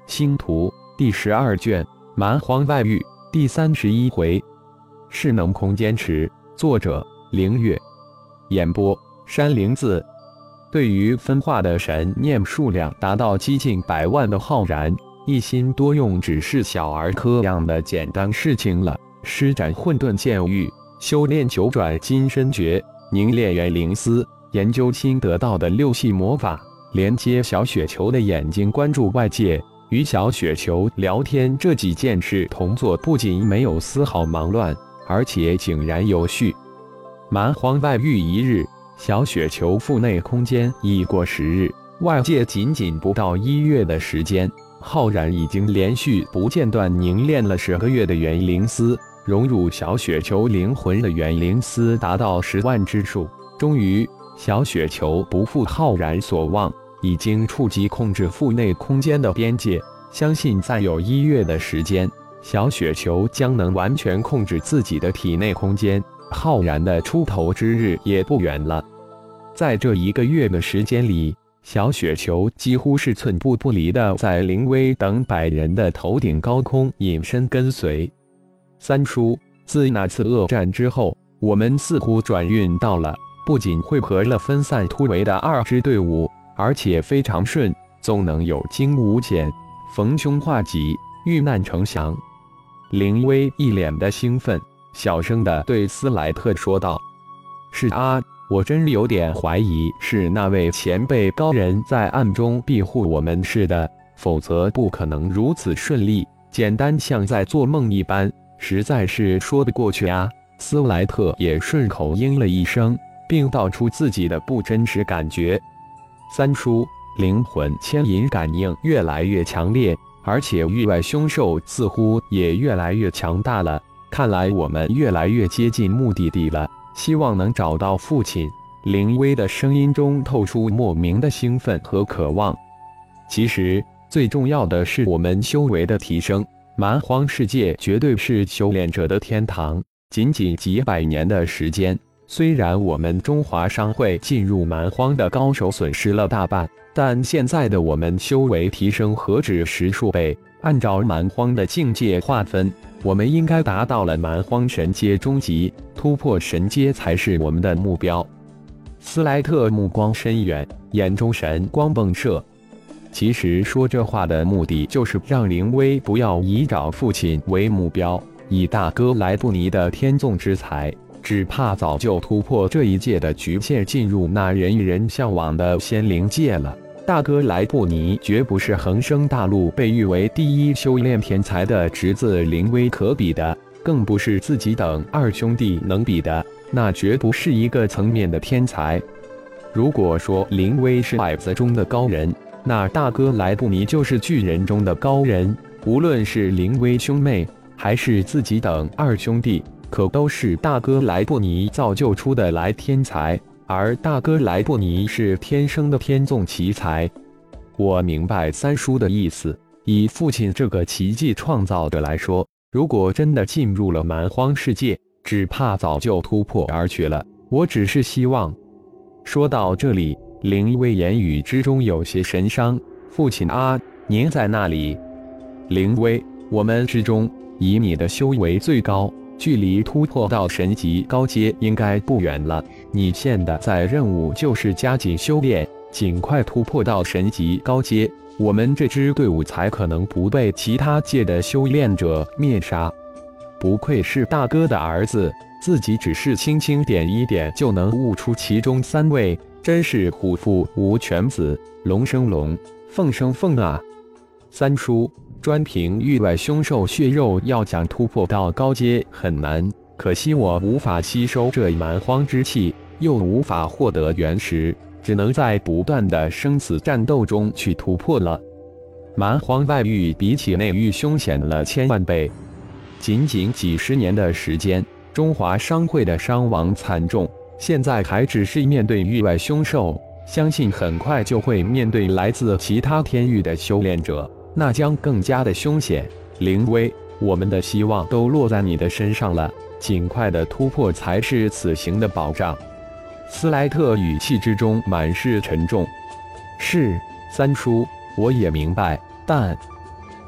星图第12卷蛮荒外域第31回。势能空间池。作者：凌月。演播：山灵子。对于分化的神念数量达到几近100万的浩然，一心多用只是小儿科样的简单事情了。施展混沌剑域，修炼九转金身诀，凝练元灵丝，研究新得到的6系魔法，连接小雪球的眼睛关注外界，与小雪球聊天，这几件事同做不仅没有丝毫忙乱，而且井然有序。蛮荒外域1日，小雪球腹内空间已过10日，外界仅不到1月的时间，浩然已经连续不间断凝练了10个月的元灵丝，融入小雪球灵魂的元灵丝达到10万之数。终于，小雪球不负浩然所望，已经触及控制腹内空间的边界。相信再有1月的时间，小雪球将能完全控制自己的体内空间。浩然的出头之日也不远了。在这1个月的时间里，小雪球几乎是寸步不离的在林威等100人的头顶高空隐身跟随。三叔，自那次恶战之后，我们似乎转运到了，不仅汇合了分散突围的2支队伍，而且非常顺，总能有惊无险，逢凶化吉，遇难成祥。林威一脸的兴奋，小声地对斯莱特说道：“是啊，我真有点怀疑是那位前辈高人在暗中庇护我们似的，否则不可能如此顺利，简单像在做梦一般，实在是说不过去啊。”斯莱特也顺口应了一声，并道出自己的不真实感觉：“三叔，灵魂牵引感应越来越强烈，而且域外凶兽似乎也越来越强大了。看来我们越来越接近目的地了，希望能找到父亲。”林威的声音中透出莫名的兴奋和渴望。其实，最重要的是我们修为的提升。蛮荒世界绝对是修炼者的天堂。仅几百年的时间，虽然我们中华商会进入蛮荒的高手损失了大半，但现在的我们修为提升何止10数倍。按照蛮荒的境界划分，我们应该达到了蛮荒神阶中级，突破神阶才是我们的目标。斯莱特目光深远，眼中神光迸射。其实说这话的目的就是让林威不要以找父亲为目标，以大哥莱布尼的天纵之才，只怕早就突破这一界的局限，进入那人与人向往的仙灵界了。大哥莱布尼绝不是恒生大陆被誉为第1修炼天才的侄子林威可比的，更不是自己等2兄弟能比的，那绝不是一个层面的天才。如果说林威是矮子中的高人，那大哥莱布尼就是巨人中的高人。无论是林威兄妹，还是自己等2兄弟，可都是大哥莱布尼造就出的来天才。而大哥莱布尼是天生的天纵奇才。我明白三叔的意思，以父亲这个奇迹创造者来说，如果真的进入了蛮荒世界，只怕早就突破而去了。我只是希望……说到这里，林威言语之中有些神伤。父亲啊，您在那里？林威，我们之中，以你的修为最高，距离突破到神级高阶应该不远了。你现在任务就是加紧修炼，尽快突破到神级高阶，我们这支队伍才可能不被其他界的修炼者灭杀。不愧是大哥的儿子，自己只是轻轻点一点就能悟出其中3位，真是虎父无犬子，龙生龙，凤生凤啊！三叔，专凭域外凶兽血肉要想突破到高阶很难，可惜我无法吸收这蛮荒之气，又无法获得原石，只能在不断的生死战斗中去突破了。蛮荒外域比起内域凶险了1000万倍，仅几10年的时间，中华商会的伤亡惨重，现在还只是面对域外凶兽，相信很快就会面对来自其他天域的修炼者，那将更加的凶险。林威，我们的希望都落在你的身上了，尽快的突破才是此行的保障。斯莱特语气之中满是沉重。是，三叔，我也明白，但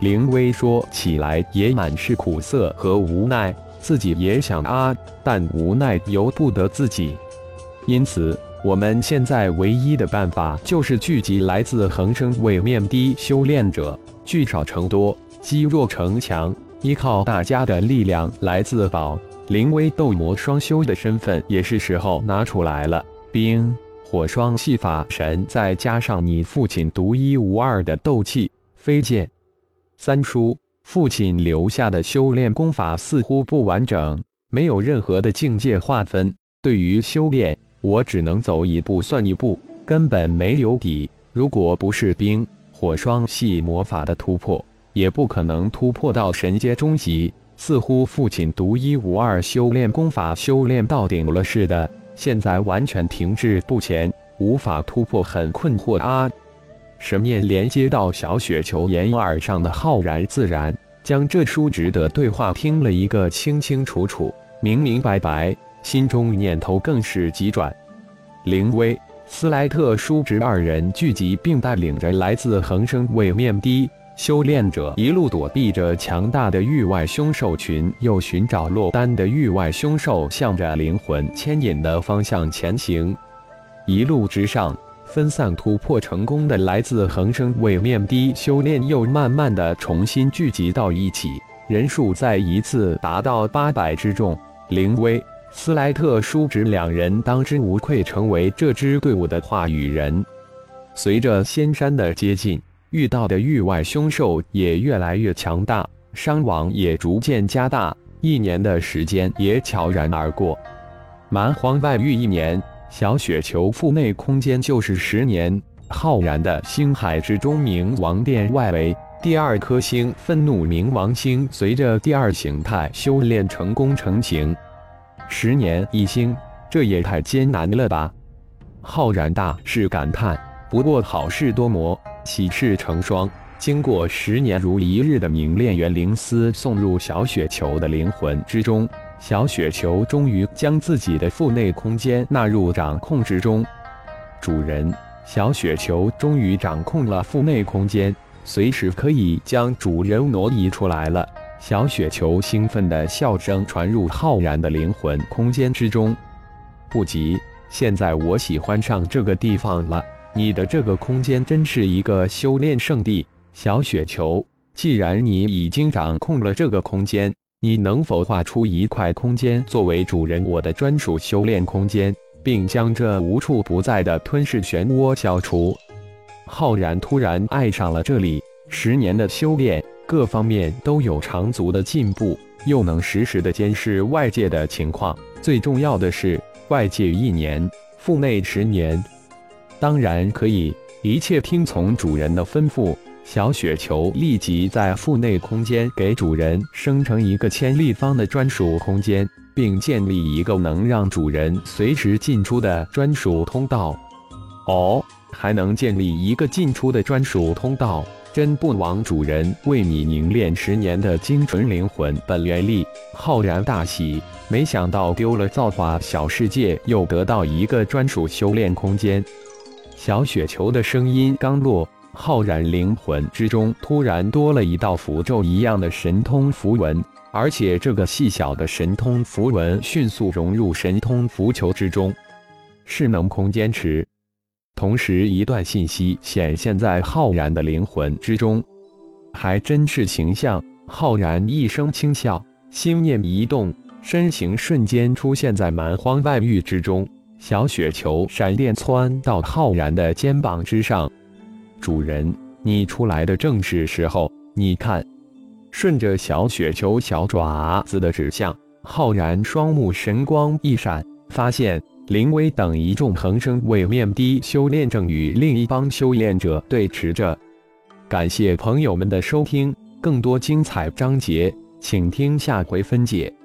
灵威说起来也满是苦涩和无奈，自己也想但无奈由不得自己。因此，我们现在唯一的办法就是聚集来自恒生位面的修炼者，聚少成多，积弱成强，依靠大家的力量来自保。灵威斗魔双修的身份也是时候拿出来了，冰火双系法神，再加上你父亲独一无二的斗气飞剑。三叔，父亲留下的修炼功法似乎不完整，没有任何的境界划分。对于修炼，我只能走一步算一步，根本没有底。如果不是冰火双系魔法的突破，也不可能突破到神阶中级。似乎父亲独一无二修炼功法修炼到顶了似的，现在完全停滞不前，无法突破，很困惑。神念连接到小雪球眼耳上的浩然，自然将这叔侄的对话听了一个清清楚楚、明明白白，心中念头更是急转。灵威、斯莱特叔侄二人聚集，并带领着来自恒生位面的修炼者，一路躲避着强大的域外凶兽群，又寻找落单的域外凶兽，向着灵魂牵引的方向前行。一路之上，分散突破成功的来自恒生位面的修炼又慢慢的重新聚集到一起，人数再一次达到800之众。灵威、斯莱特叔侄两人当之无愧成为这支队伍的话语人。随着仙山的接近，遇到的域外凶兽也越来越强大，伤亡也逐渐加大，1年的时间也悄然而过。蛮荒外域1年，小雪球腹内空间就是10年。浩然的星海之中，冥王殿外围第2颗星愤怒冥王星，随着第2形态修炼成功成型。10年1星，这也太艰难了吧！浩然大是感叹。不过好事多磨，喜事成双。经过10年如一日的凝练，元灵丝送入小雪球的灵魂之中，小雪球终于将自己的腹内空间纳入掌控之中。主人，小雪球终于掌控了腹内空间，随时可以将主人挪移出来了。小雪球兴奋的笑声传入浩然的灵魂空间之中。不急，现在我喜欢上这个地方了。你的这个空间真是一个修炼圣地，小雪球。既然你已经掌控了这个空间，你能否画出一块空间作为主人我的专属修炼空间，并将这无处不在的吞噬漩涡消除？浩然突然爱上了这里，10年的修炼，各方面都有长足的进步，又能实时的监视外界的情况，最重要的是外界1年，腹内10年。当然可以，一切听从主人的吩咐。小雪球立即在腹内空间给主人生成一个1000立方的专属空间，并建立一个能让主人随时进出的专属通道。哦，还能建立一个进出的专属通道，真不枉主人为你凝练10年的精纯灵魂本源力。浩然大喜，没想到丢了造化小世界，又得到一个专属修炼空间。小雪球的声音刚落，浩然灵魂之中突然多了一道符咒一样的神通符文，而且这个细小的神通符文迅速融入神通符球之中。势能空间池。同时一段信息显现在浩然的灵魂之中，还真是形象。浩然一声轻笑，心念一动，身形瞬间出现在蛮荒外域之中。小雪球闪电窜到浩然的肩膀之上。主人，你出来的正是时候，你看。顺着小雪球小爪子的指向，浩然双目神光一闪，发现灵威等一众恒生位面的修炼正与另一帮修炼者对持着。感谢朋友们的收听，更多精彩章节，请听下回分解。